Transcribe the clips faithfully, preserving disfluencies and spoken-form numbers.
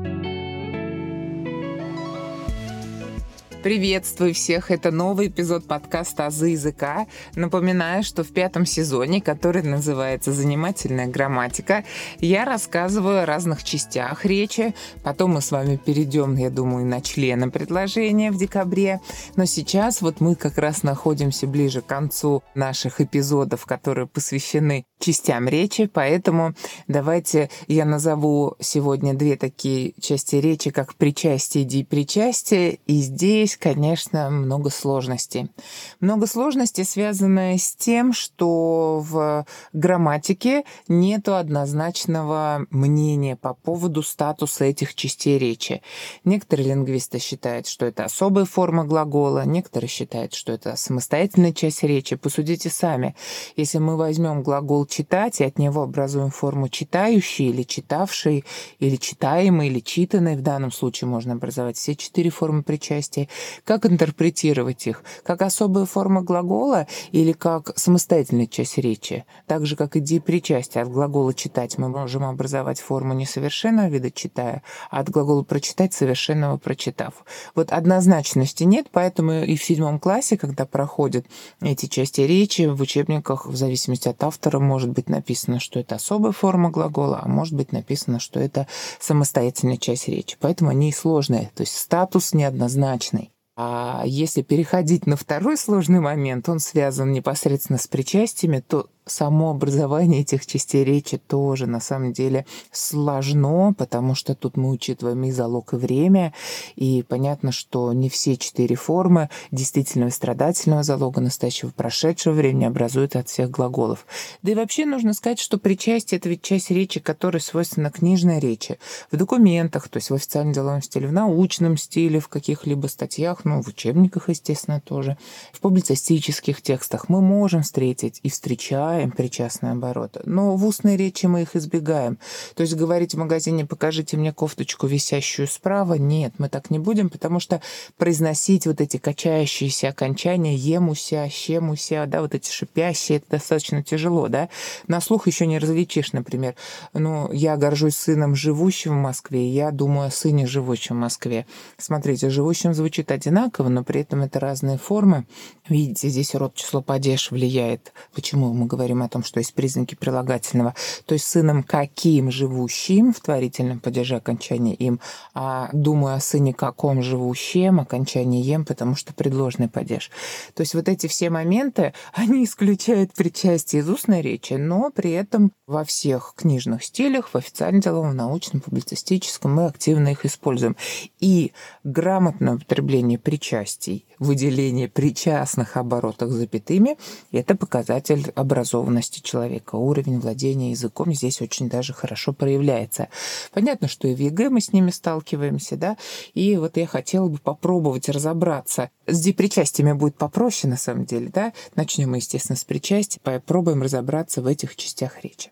Приветствую всех! Это новый эпизод подкаста «Азы языка». Напоминаю, что в пятом сезоне, который называется «Занимательная грамматика», я рассказываю о разных частях речи. Потом мы с вами перейдем, я думаю, на члены предложения в декабре. Но сейчас вот мы как раз находимся ближе к концу наших эпизодов, которые посвящены частям речи. Поэтому давайте я назову сегодня две такие части речи, как причастие и депричастие. И здесь, конечно, много сложностей. Много сложностей, связанных с тем, что в грамматике нету однозначного мнения по поводу статуса этих частей речи. Некоторые лингвисты считают, что это особая форма глагола, некоторые считают, что это самостоятельная часть речи. Посудите сами. Если мы возьмем глагол «читать» и от него образуем форму «читающий» или «читавший», или «читаемый», или «читанный», в данном случае можно образовать все четыре формы причастия. Как интерпретировать их? Как особая форма глагола или как самостоятельная часть речи? Так же, как и депричастие. От глагола «читать» мы можем образовать форму несовершенного вида «читая», а от глагола «прочитать» совершенного «прочитав». Вот однозначности нет, поэтому и в седьмом классе, когда проходят эти части речи, в учебниках, в зависимости от автора, может быть написано, что это особая форма глагола, а может быть написано, что это самостоятельная часть речи. Поэтому они и сложные, то есть статус неоднозначный. А если переходить на второй сложный момент, он связан непосредственно с причастиями, то само образование этих частей речи тоже на самом деле сложно, потому что тут мы учитываем и залог, и время, и понятно, что не все четыре формы действительного и страдательного залога, настоящего и прошедшего времени образуют от всех глаголов. Да и вообще нужно сказать, что причастие — это ведь часть речи, которая свойственна книжной речи. В документах, то есть в официальном деловом стиле, в научном стиле, в каких-либо статьях, ну, в учебниках, естественно, тоже, в публицистических текстах мы можем встретить и встречаем причастные обороты. Но в устной речи мы их избегаем. То есть говорить в магазине «покажите мне кофточку, висящую справа» — нет, мы так не будем, потому что произносить вот эти качающиеся окончания «емуся», «щемуся», да, вот эти шипящие — это достаточно тяжело, да. На слух еще не различишь, например, ну, я горжусь сыном, живущим в Москве, я думаю о сыне, живущем в Москве. Смотрите, живущим звучит одинаково, но при этом это разные формы. Видите, здесь род, число, падеж влияет. Почему мы говорим о том, что есть признаки прилагательного? То есть сыном каким живущим, в творительном падеже окончание им, а думаю о сыне каком живущем, окончание ем, потому что предложный падеж. То есть вот эти все моменты, они исключают причастие из устной речи, но при этом во всех книжных стилях, в официальном деловом, в научном, публицистическом мы активно их используем. И грамотное употребление причастий, выделение причастных оборотов запятыми — это показатель образованности человека. Уровень владения языком здесь очень даже хорошо проявляется. Понятно, что и в ЕГЭ мы с ними сталкиваемся, да, и вот я хотела бы попробовать разобраться. С депричастиями будет попроще, на самом деле, да. Начнем мы, естественно, с причастий, попробуем разобраться в этих частях речи.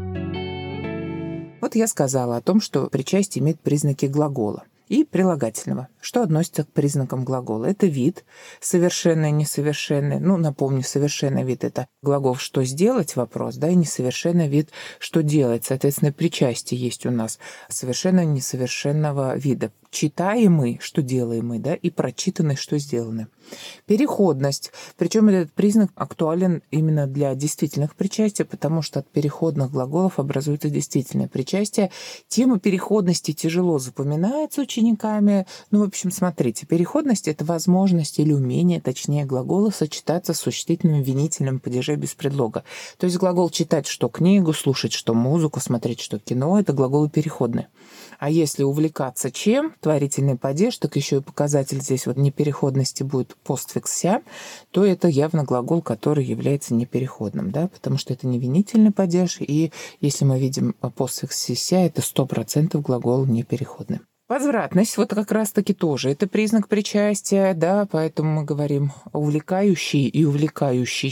Вот я сказала о том, что причастие имеет признаки глагола и прилагательного. Что относится к признакам глагола? Это вид, совершенный, несовершенный. Ну, напомню, совершенный вид — это глагол «что сделать» — вопрос, да, и несовершенный вид «что делать». Соответственно, причастие есть у нас совершенно несовершенного вида. Читаемый — что делаемый, да, и прочитанный — что сделано. Переходность. Причем этот признак актуален именно для действительных причастий, потому что от переходных глаголов образуется действительное причастие. Тема переходности тяжело запоминается учениками. Ну, в общем, смотрите, переходность — это возможность или умение, точнее, глагола сочетаться с существительным в винительном падеже без предлога. То есть глагол «читать» — что книгу, слушать — что музыку, смотреть — что кино — это глаголы переходные. А если увлекаться чем? Творительный падеж, так еще и показатель здесь вот непереходности будет постфикс «ся», то это явно глагол, который является непереходным, да, потому что это не винительный падеж, и если мы видим постфикс «ся», это сто процентов глагол непереходный. Возвратность, вот как раз-таки тоже, это признак причастия, да, поэтому мы говорим увлекающий и увлекающийся.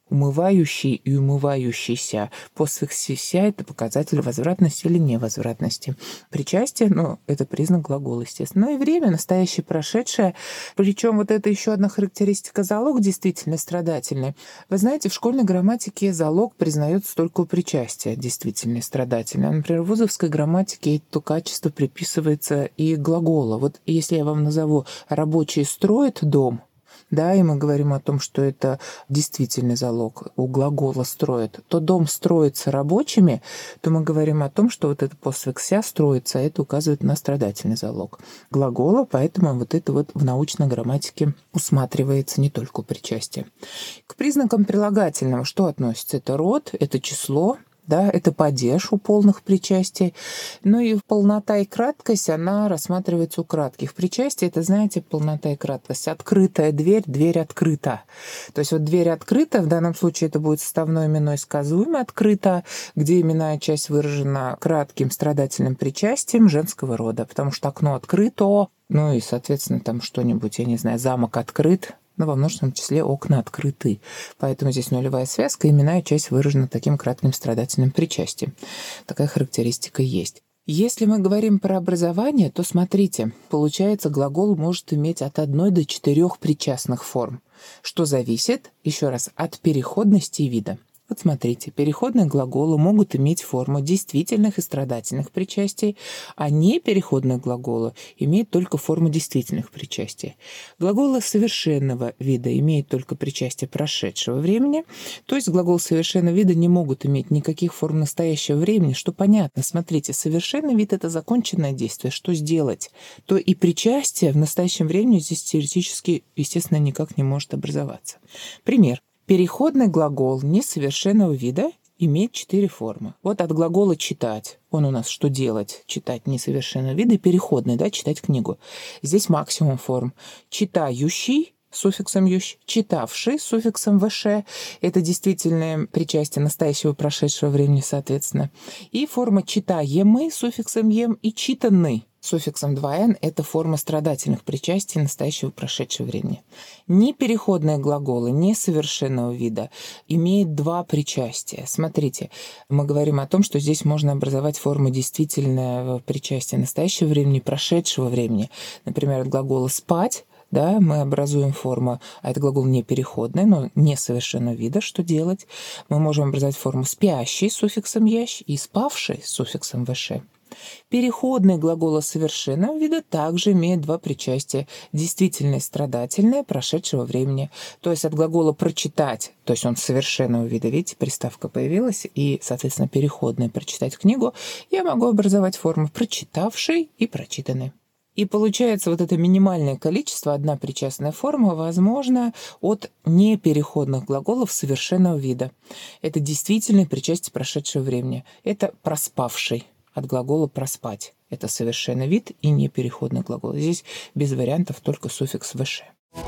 Умывающий и умывающийся. Постфикс «ся» — это показатель возвратности или невозвратности. Причастие, ну, это признак глагола, естественно. Ну и время, настоящее, прошедшее. Причем вот это еще одна характеристика залог действительно страдательный. Вы знаете, в школьной грамматике залог признается только у причастия действительно страдательный. Например, в вузовской грамматике это качество приписывается и глагола. Вот если я вам назову «рабочий строит дом», да, и мы говорим о том, что это действительный залог, у глагола «строит», то дом строится рабочими, то мы говорим о том, что вот это постфикс «ся» строится, а это указывает на страдательный залог глагола, поэтому вот это вот в научной грамматике усматривается не только у причастия. К признакам прилагательного что относится? Это род, это число, да, это падеж у полных причастий. Ну и полнота и краткость, она рассматривается у кратких причастий. Это, знаете, полнота и краткость. Открытая дверь, дверь открыта. То есть вот дверь открыта, в данном случае это будет составное именное сказуемое открыто, где именная часть выражена кратким страдательным причастием женского рода, потому что окно открыто, ну и, соответственно, там что-нибудь, я не знаю, замок открыт, но во множественном числе окна открыты. Поэтому здесь нулевая связка, именная часть выражена таким кратким страдательным причастием. Такая характеристика есть. Если мы говорим про образование, то смотрите, получается, глагол может иметь от одной до четырех причастных форм, что зависит, еще раз, от переходности вида. Вот смотрите, переходные глаголы могут иметь форму действительных и страдательных причастий, а непереходные глаголы имеют только форму действительных причастий. Глаголы совершенного вида имеют только причастие прошедшего времени, то есть глаголы совершенного вида не могут иметь никаких форм настоящего времени, что понятно. Смотрите, совершенный вид — это законченное действие, что сделать? То и причастие в настоящем времени здесь теоретически, естественно, никак не может образоваться. Пример. Переходный глагол несовершенного вида имеет четыре формы. Вот от глагола «читать». Он у нас что делать? Читать несовершенного вида и переходный, да, читать книгу. Здесь максимум форм. Читающий с суффиксом «ющ», читавший с суффиксом «вш». Это действительное причастие настоящего и прошедшего времени, соответственно. И форма «читаемый» с суффиксом «ем» и «читанный» с суффиксом два эн – это форма страдательных причастий настоящего и прошедшего времени. Непереходные глаголы несовершенного вида имеют два причастия. Смотрите, мы говорим о том, что здесь можно образовать форму действительного причастия настоящего времени и прошедшего времени. Например, от глагола «спать», да, мы образуем форму, а это глагол непереходный, но несовершенного вида. Что делать? Мы можем образовать форму «спящий» с суффиксом «ящ» и «спавший» с суффиксом «вш». Переходные глаголы совершенного вида также имеют два причастия – действительное и страдательное прошедшего времени. То есть от глагола «прочитать», то есть он совершенного вида, видите, приставка появилась, и, соответственно, переходное «прочитать книгу», я могу образовать форму «прочитавший» и «прочитанный». И получается вот это минимальное количество, одна причастная форма, возможно, от непереходных глаголов совершенного вида. Это действительное причастие прошедшего времени. Это «проспавший» от глагола «проспать». Это совершенный вид и непереходный глагол. Здесь без вариантов только суффикс «вш».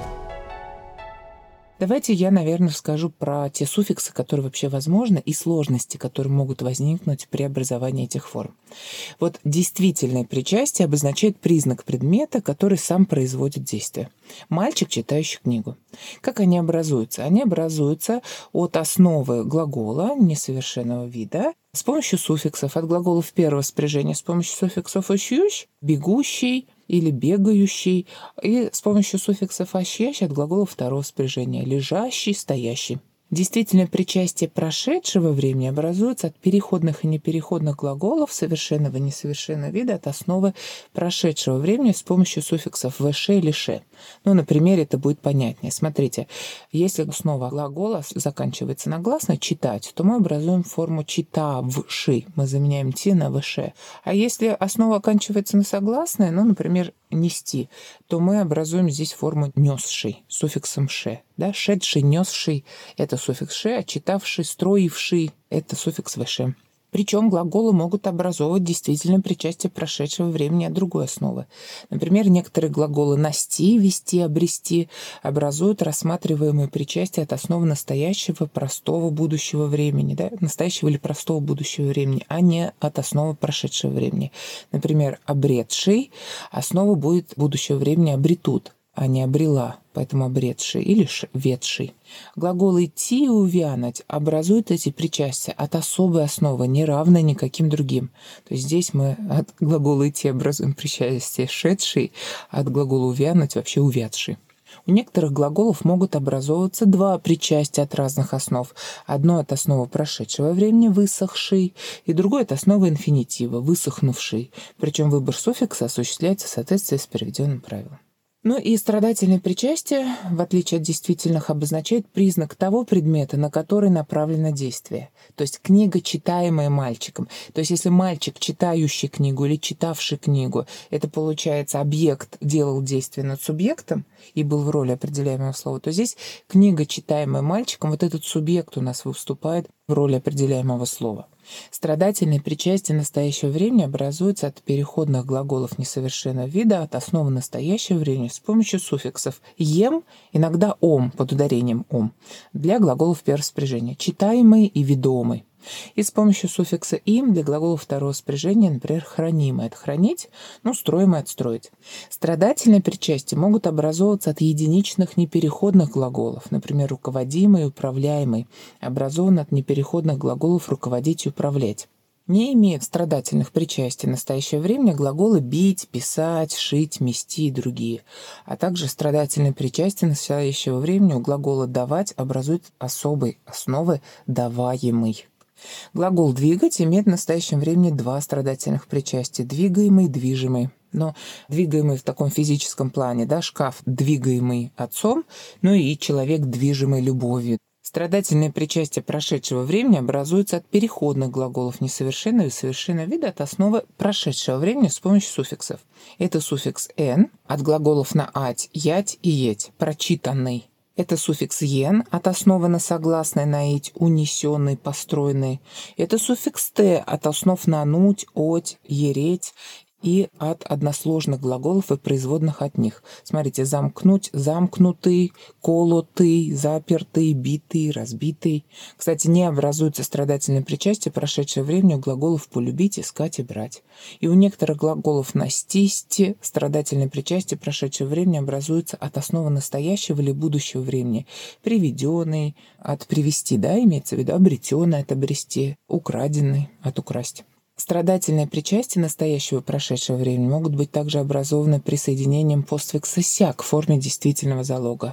Давайте я, наверное, расскажу про те суффиксы, которые вообще возможны, и сложности, которые могут возникнуть при образовании этих форм. Вот действительное причастие обозначает признак предмета, который сам производит действие. Мальчик, читающий книгу. Как они образуются? Они образуются от основы глагола несовершенного вида с помощью суффиксов. От глаголов первого спряжения с помощью суффиксов «ущущ», «бегущий», или бегающий, и с помощью суффиксов «ащ» от глагола второго спряжения лежащий, стоящий. Действительное причастие прошедшего времени образуется от переходных и непереходных глаголов совершенного и несовершенного вида от основы прошедшего времени с помощью суффиксов «вш» или «ше». Ну, на примере это будет понятнее. Смотрите, если основа глагола заканчивается на гласной «читать», то мы образуем форму «читавши». Мы заменяем «ти» на «вш». А если основа оканчивается на согласной, ну, например, «нести», то мы образуем здесь форму «несший» с суффиксом «ше». Да? «Шедший», «несший» — это суффикс «ше», а «читавший», «строивший» — это суффикс «вш». Причем глаголы могут образовывать действительно причастие прошедшего времени от другой основы. Например, некоторые глаголы «насти», «вести», «обрести» образуют рассматриваемые причастия от основы настоящего простого будущего времени, да? настоящего или простого будущего времени, а не от основы прошедшего времени. Например, «обретший» основа будет будущего времени «обретут». а не обрела, поэтому обретший или ведший. Глагол «идти» и «увянуть» образуют эти причастия от особой основы, не равной никаким другим. То есть здесь мы от глагола «идти» образуем причастие «шедший», а от глагола «увянуть» вообще «увядший». У некоторых глаголов могут образовываться два причастия от разных основ. Одно от основы прошедшего времени «высохший», и другое от основы инфинитива «высохнувший». Причем выбор суффикса осуществляется в соответствии с приведенным правилом. Ну и страдательное причастие, в отличие от действительных, обозначает признак того предмета, на который направлено действие. То есть книга, читаемая мальчиком. То есть если мальчик, читающий книгу или читавший книгу, это получается объект делал действие над субъектом и был в роли определяемого слова, то здесь книга, читаемая мальчиком, вот этот субъект у нас выступает в роли определяемого слова. Страдательное причастие настоящего времени образуется от переходных глаголов несовершенного вида, от основы настоящего времени с помощью суффиксов «ем», иногда «ом» под ударением «ом» для глаголов первого спряжения, читаемый и ведомый. И с помощью суффикса «им» для глаголов второго спряжения, например, «хранимый» — это «хранить», ну, «строимый» — «отстроить». Страдательные причастия могут образовываться от единичных непереходных глаголов, например, «руководимый» и «управляемый», образован от непереходных глаголов «руководить» и «управлять». Не имеют страдательных причастий в настоящее время глаголы «бить», «писать», «шить», «мести» и другие. А также страдательные причастия настоящего времени у глагола «давать» образуют особой основы «даваемый». Глагол «двигать» имеет в настоящем времени два страдательных причастия – двигаемый и движимый. Но двигаемый в таком физическом плане, да, шкаф, двигаемый отцом, ну и человек, движимый любовью. Страдательные причастия прошедшего времени образуются от переходных глаголов несовершенного и совершенного вида от основы прошедшего времени с помощью суффиксов. Это суффикс «н» от глаголов на «ать», «ять» и «еть», прочитанный. Это суффикс «ен» от основы на согласной на «ить», унесенный, построенный. Это суффикс «т» от основ на «нуть», «оть», «ереть» и от односложных глаголов и производных от них. Смотрите, замкнуть, замкнутый, колотый, запертый, битый, разбитый. Кстати, не образуются страдательные причастия прошедшего времени у глаголов полюбить, искать и брать. И у некоторых глаголов настисти страдательные причастия прошедшего времени образуются от основы настоящего или будущего времени. Приведенный от привести, да, имеется в виду, обретенный от обрести, украденный от украсть. Страдательные причастия настоящего и прошедшего времени могут быть также образованы присоединением постфикса «ся» к форме действительного залога.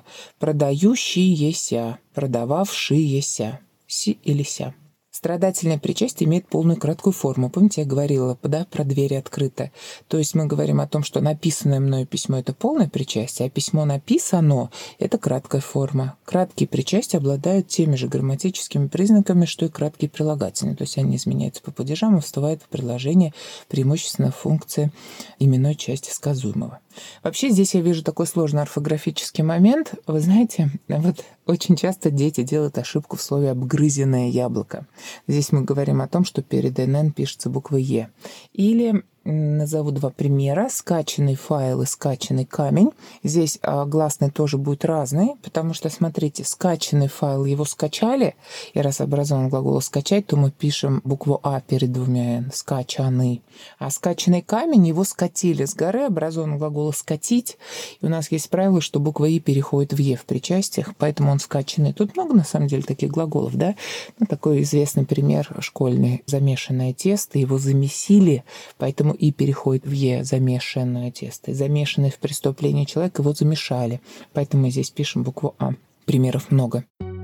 Продающиеся, продававшиеся, си или ся. Страдательное причастие имеет полную краткую форму. Помните, я говорила, да, про двери открыто. То есть мы говорим о том, что написанное мною письмо — это полное причастие, а письмо написано — это краткая форма. Краткие причастия обладают теми же грамматическими признаками, что и краткие прилагательные. То есть они изменяются по падежам и вступают в предложение преимущественно функции именной части сказуемого. Вообще здесь я вижу такой сложный орфографический момент. Вы знаете, вот очень часто дети делают ошибку в слове «обгрызенное яблоко». Здесь мы говорим о том, что перед «н» пишется буква «е». Или назову два примера. Скачанный файл и скачанный камень. Здесь а, гласный тоже будет разный, потому что, смотрите, скачанный файл, его скачали, и раз образован глагол «скачать», то мы пишем букву «а» перед двумя «н», скачанный. А скачанный камень, его скатили с горы, образован глагол «скатить», и у нас есть правило, что буква «и» переходит в «е» в причастиях, поэтому он скачанный. Тут много, на самом деле, таких глаголов, да? Ну, такой известный пример школьный. Замешанное тесто, его замесили, поэтому «и» переходит в «е», замешанное тесто. Замешанный в преступлении человек, его замешали. Поэтому мы здесь пишем букву «а». Примеров много.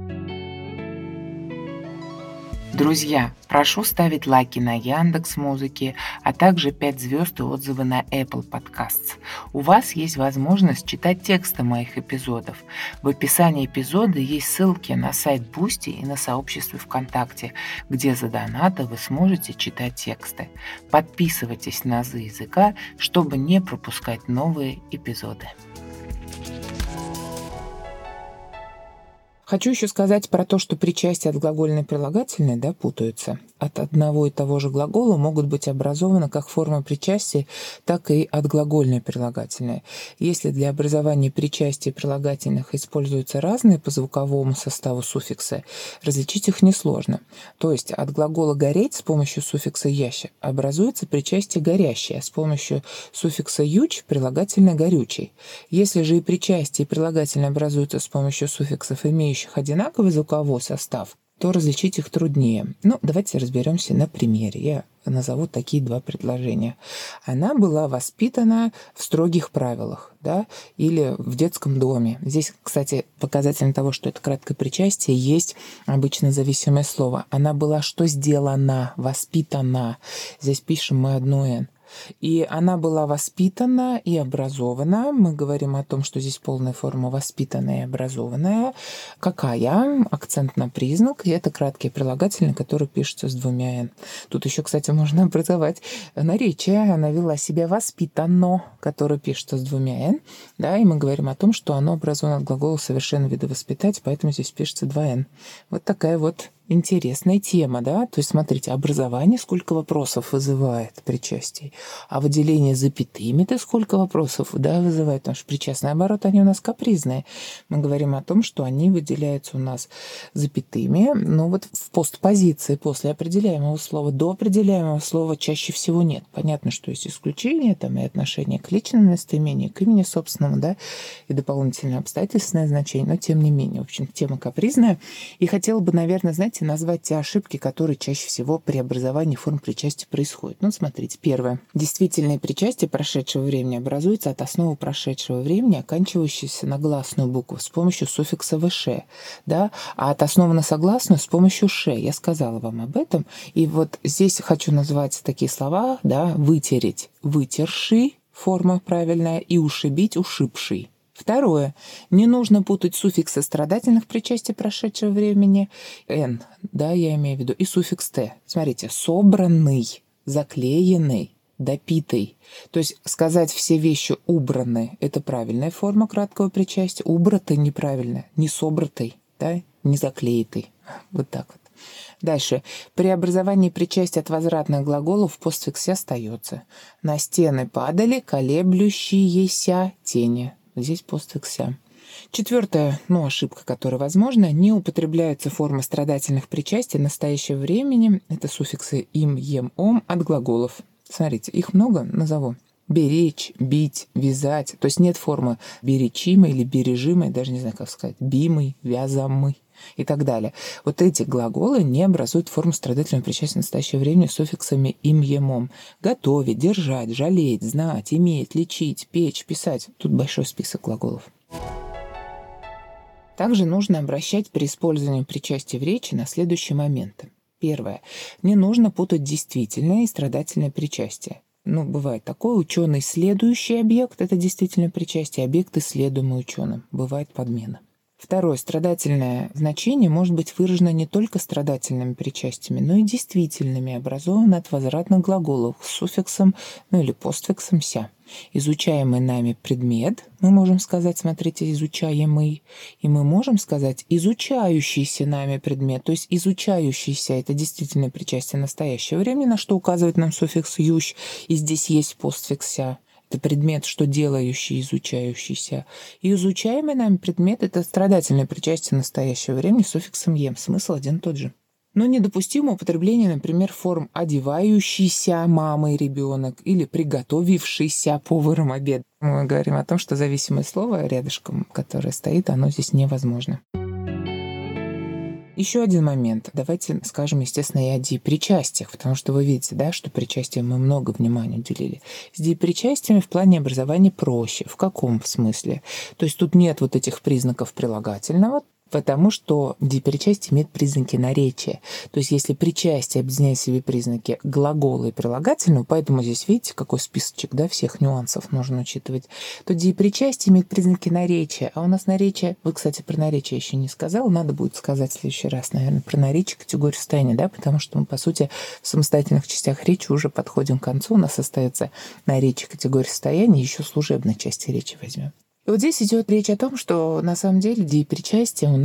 Друзья, прошу ставить лайки на Яндекс.Музыке, а также пять звезд и отзывы на Apple Podcasts. У вас есть возможность читать тексты моих эпизодов. В описании эпизода есть ссылки на сайт Boosty и на сообщество ВКонтакте, где за донаты вы сможете читать тексты. Подписывайтесь на «Азы языка», чтобы не пропускать новые эпизоды. Хочу еще сказать про то, что причастия от глагольной прилагательной, да, путаются. от одного и того же глагола могут быть образованы как форма причастия, так и отглагольные прилагательные. Если для образования причастий прилагательных используются разные по звуковому составу суффиксы, различить их несложно. То есть от глагола «гореть» с помощью суффикса «яще» образуется причастие «горящее», а с помощью суффикса «юч» прилагательное «горючий». Если же и причастие, и прилагательное образуются с помощью суффиксов, имеющих одинаковый звуковой состав, то различить их труднее. Ну, давайте разберемся на примере. Я назову такие два предложения. Она была воспитана в строгих правилах, да, или в детском доме. Здесь, кстати, показатель того, что это краткое причастие, есть обычно зависимое слово. Она была что сделана, воспитана. Здесь пишем мы одно «н». И она была воспитана и образована. Мы говорим о том, что здесь полная форма воспитанная и образованная. Какая? Акцент на признак. И это краткие прилагательные, которые пишутся с двумя «н». Тут еще, кстати, можно образовать наречие. Она вела себя воспитанно, которое пишется с двумя «н». Да, и мы говорим о том, что оно образовано от глагола совершенно вида воспитать, поэтому здесь пишется два «н». Вот такая вот интересная тема, да? То есть, смотрите, образование сколько вопросов вызывает причастий, а выделение запятыми-то сколько вопросов, да, вызывает, потому что причастные обороты, они у нас капризные. Мы говорим о том, что они выделяются у нас запятыми, но вот в постпозиции после определяемого слова до определяемого слова чаще всего нет. Понятно, что есть исключения, там и отношение к личному местоимению, к имени собственному, да, и дополнительное обстоятельственное значение, но тем не менее, в общем, тема капризная. И хотела бы, наверное, знаете, назвать те ошибки, которые чаще всего при образовании форм причастия происходят. Ну, смотрите, первое. Действительное причастие прошедшего времени образуется от основы прошедшего времени, оканчивающейся на гласную букву с помощью суффикса «вш», да, а от основы на согласную с помощью «ш». Я сказала вам об этом. И вот здесь хочу назвать такие слова, да, вытереть, вытерший, форма правильная, и ушибить, ушибший. Второе. Не нужно путать суффиксы страдательных причастий прошедшего времени, «н», да, я имею в виду, и суффикс «т». Смотрите, собранный, заклеенный, допитый. То есть сказать все вещи убраны – это правильная форма краткого причастия, убратый – неправильно, не собратый, да, не заклеитый. Вот так вот. Дальше. При образовании причастия от возвратных глаголов в постфиксе остается. На стены падали колеблющиеся тени. Здесь постфикся. Четвертая, ну, ошибка, которая возможна, не употребляются формы страдательных причастий настоящего времени. Это суффиксы им, ем, ом от глаголов. Смотрите, их много, назову. Беречь, бить, вязать. То есть нет формы беречимой или бережимой, даже не знаю, как сказать, бимый, вязамый и так далее. Вот эти глаголы не образуют форму страдательного причастия в настоящее время с суффиксами им, ем, ом. Готовить, держать, жалеть, знать, иметь, лечить, печь, писать. Тут большой список глаголов. Также нужно обращать при использовании причастия в речи на следующие моменты. Первое. Не нужно путать действительное и страдательное причастие. Ну, бывает такое, ученый следующий объект – это действительное причастие, объект исследуемый ученым. Бывает подмена. Второе. Страдательное значение может быть выражено не только страдательными причастиями, но и действительными, образовано от возвратных глаголов с суффиксом, ну или постфиксом «ся». Изучаемый нами предмет, мы можем сказать, смотрите, изучаемый, и мы можем сказать изучающийся нами предмет, то есть изучающийся – это действительное причастие настоящего времени, на что указывает нам суффикс «ющ», и здесь есть постфикс «ся». Это предмет, что делающий, изучающийся. И изучаемый нами предмет – это страдательное причастие настоящего времени с суффиксом «ем». Смысл один и тот же. Но недопустимо употребление, например, форм «одевающийся мамой ребенок» или «приготовившийся поваром обед». Мы говорим о том, что зависимое слово рядышком, которое стоит, оно здесь невозможно. Еще один момент. Давайте скажем, естественно, и о депричастиях, потому что вы видите, да, что причастиям мы много внимания уделили. С депричастиями в плане образования проще. В каком смысле? То есть тут нет вот этих признаков прилагательного, потому что депричастие имеет признаки наречия. То есть если причастие объединяет в себе признаки глагола и прилагательного, поэтому здесь видите, какой списочек, да, всех нюансов нужно учитывать, то депричастие имеет признаки наречия. А у нас наречие, вы, кстати, про наречие еще не сказала, надо будет сказать в следующий раз, наверное, про наречие категорию состояния, да, потому что мы, по сути, в самостоятельных частях речи уже подходим к концу, у нас остается наречие категории состояния, еще служебной части речи возьмем. И вот здесь идет речь о том, что на самом деле депричастие у нас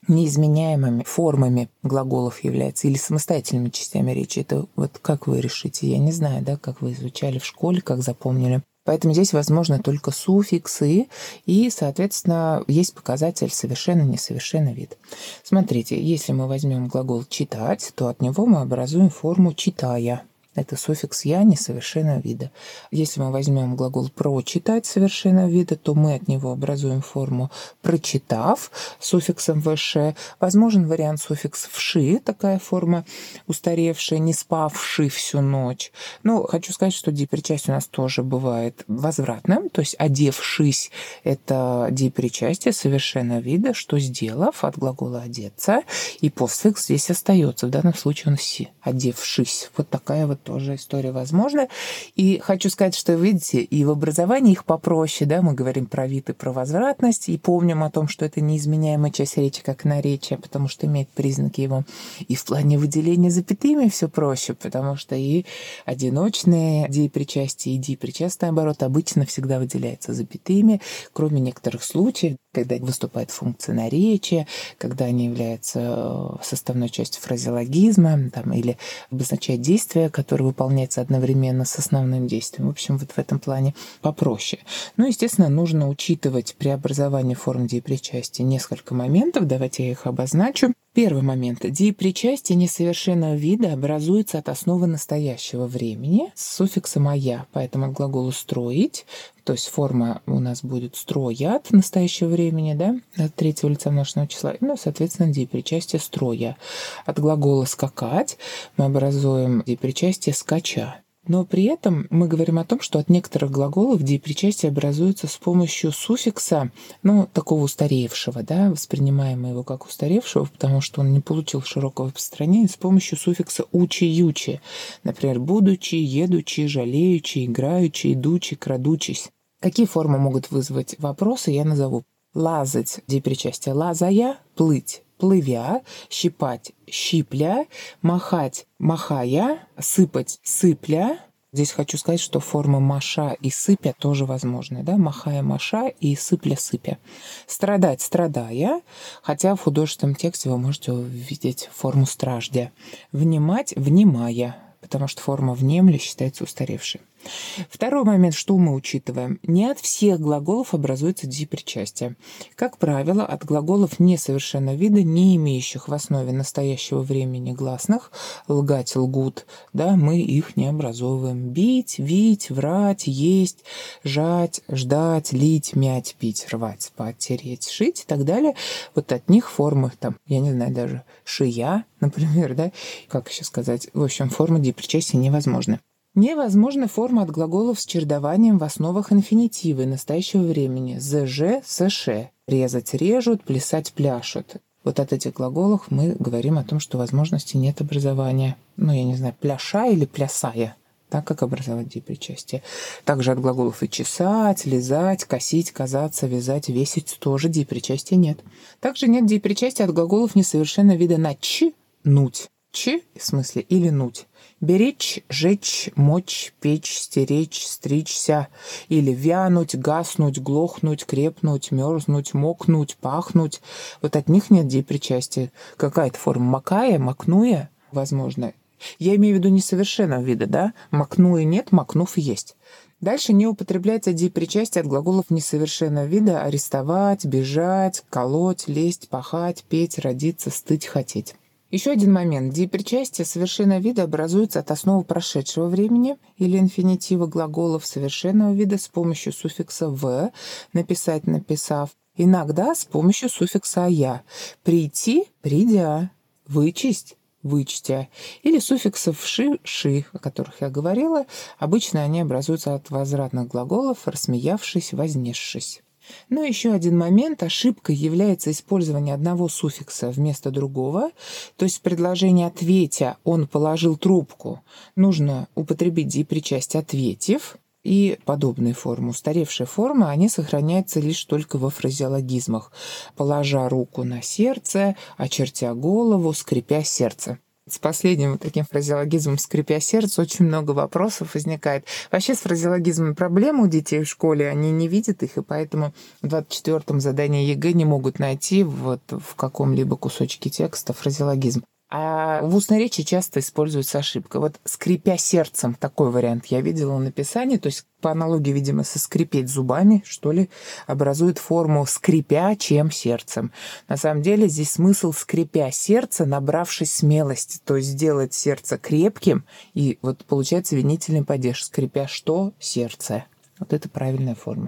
неизменяемыми формами глаголов являются или самостоятельными частями речи. Это вот как вы решите? Я не знаю, да, как вы изучали в школе, как запомнили. Поэтому здесь возможны только суффиксы, и, соответственно, есть показатель совершенно несовершенный вид. Смотрите, если мы возьмем глагол «читать», то от него мы образуем форму «читая». Это суффикс «я» несовершенного вида. Если мы возьмем глагол «прочитать» совершенного вида, то мы от него образуем форму «прочитав» с суффиксом «вш». Возможен вариант суффикс «вши», такая форма устаревшая, не спавший всю ночь. Но хочу сказать, что депричастие у нас тоже бывает возвратным, то есть «одевшись» — это депричастие совершенного вида, что сделав от глагола «одеться», и постфикс здесь остается, в данном случае он «си», «одевшись». Вот такая вот тоже история возможна. И хочу сказать, что, видите, и в образовании их попроще, да, мы говорим про вид и про возвратность, и помним о том, что это неизменяемая часть речи, как наречие, потому что имеет признаки его. И в плане выделения запятыми все проще, потому что и одиночные депричастие, и депричастный оборот обычно всегда выделяются запятыми, кроме некоторых случаев, когда выступает функция наречия, когда они являются составной частью фразеологизма, там, или обозначают действие, которое выполняется одновременно с основным действием. В общем, вот в этом плане попроще. Ну, естественно, нужно учитывать при образовании форм депричастия несколько моментов. Давайте я их обозначу. Первый момент. Депричастие несовершенного вида образуется от основы настоящего времени с суффиксом «ая», поэтому от глагола «строить», то есть форма у нас будет «строят» настоящего времени, да, от третьего лица множественного числа, ну, соответственно, депричастие «строя». От глагола «скакать» мы образуем депричастие «скача». Но при этом мы говорим о том, что от некоторых глаголов депричастие образуется с помощью суффикса, ну, такого устаревшего, да, воспринимаемого его как устаревшего, потому что он не получил широкого распространения, с помощью суффикса «учи-ючи». Например, «будучи», «едучи», «жалеючи», «играючи», «идучи», «крадучись». Какие формы могут вызвать вопросы, я назову. Лазать – депричастие «лазая», плыть – плывя, щипать – щипля, махать – махая, сыпать – сыпля. Здесь хочу сказать, что формы маша и сыпя тоже возможны, да, махая, маша и сыпля, сыпя. Страдать – страдая, хотя в художественном тексте вы можете увидеть форму страждя. Внимать – внимая, потому что форма «внемля» считается устаревшей. Второй момент, что мы учитываем. Не от всех глаголов образуется депричастие. Как правило, от глаголов несовершенного вида, не имеющих в основе настоящего времени гласных, лгать, лгут, да, мы их не образовываем. Бить, вить, врать, есть, жать, ждать, лить, мять, пить, рвать, спать, тереть, шить и так далее. Вот от них формы, там, я не знаю, даже шия, например, да, как еще сказать, в общем, формы депричастия невозможны. Невозможна форма от глаголов с чередованием в основах инфинитива и настоящего времени. зж, сш. Резать, режут, плясать, пляшут. Вот от этих глаголов мы говорим о том, что возможности нет образования. Ну, я не знаю, пляша или плясая. Так как образовать депричастие. Также от глаголов и чесать, лизать, косить, казаться, вязать, весить тоже депричастия нет. Также нет депричастия от глаголов несовершенного вида на ч, нуть. Ч, в смысле, или нуть. Беречь, жечь, мочь, печь, стеречь, стричься. Или вянуть, гаснуть, глохнуть, крепнуть, мерзнуть, мокнуть, пахнуть. Вот от них нет депричастия. Какая-то форма макая, макнуя, возможно. Я имею в виду несовершенного вида, да? Макнуя нет, макнув есть. Дальше не употребляется депричастие от глаголов несовершенного вида арестовать, бежать, колоть, лезть, пахать, петь, родиться, стыть, хотеть. Еще один момент. Депричастие совершенного вида образуется от основы прошедшего времени или инфинитива глаголов совершенного вида с помощью суффикса «в», написать, написав, иногда с помощью суффикса «я», прийти, придя, вычесть, вычтя, или суффиксов «ши», «ши», о которых я говорила. Обычно они образуются от возвратных глаголов «рассмеявшись», «вознесшись». Но еще один момент. Ошибкой является использование одного суффикса вместо другого. То есть в предложении «ответя» он положил трубку. Нужно употребить депричастие «ответив». И подобные формы, устаревшие формы, они сохраняются лишь только во фразеологизмах. Положа руку на сердце, очертя голову, скрипя сердце. С последним вот таким фразеологизмом «скрипя сердце» очень много вопросов возникает. Вообще с фразеологизмом проблема у детей в школе, они не видят их, и поэтому в двадцать четвёртом задании ЕГЭ не могут найти вот в каком-либо кусочке текста фразеологизм. А в устной речи часто используется ошибка. Вот «скрипя сердцем» — такой вариант я видела в написании, то есть по аналогии, видимо, со «скрипеть зубами», что ли, образует форму «скрипя чем сердцем». На самом деле здесь смысл «скрипя сердце», набравшись смелости, то есть сделать сердце крепким, и вот получается винительный падеж «скрипя что? Сердце». Вот это правильная форма.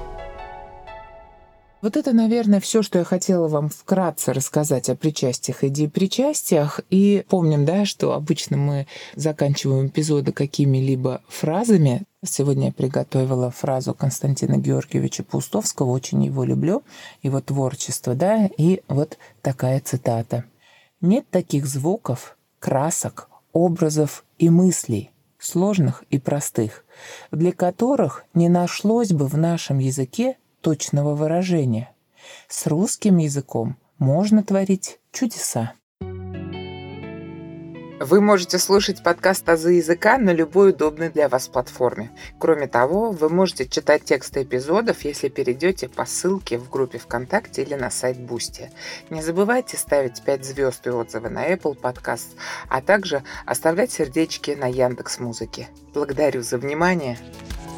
Вот это, наверное, все, что я хотела вам вкратце рассказать о причастиях и депричастиях. И помним, да, что обычно мы заканчиваем эпизоды какими-либо фразами. Сегодня я приготовила фразу Константина Георгиевича Паустовского, очень его люблю, его творчество, да, и вот такая цитата. «Нет таких звуков, красок, образов и мыслей, сложных и простых, для которых не нашлось бы в нашем языке точного выражения. С русским языком можно творить чудеса». Вы можете слушать подкаст «Азы языка» на любой удобной для вас платформе. Кроме того, вы можете читать тексты эпизодов, если перейдете по ссылке в группе ВКонтакте или на сайт Boosty. Не забывайте ставить пять звезд и отзывы на Apple Podcast, а также оставлять сердечки на Яндекс.Музыке. Благодарю за внимание.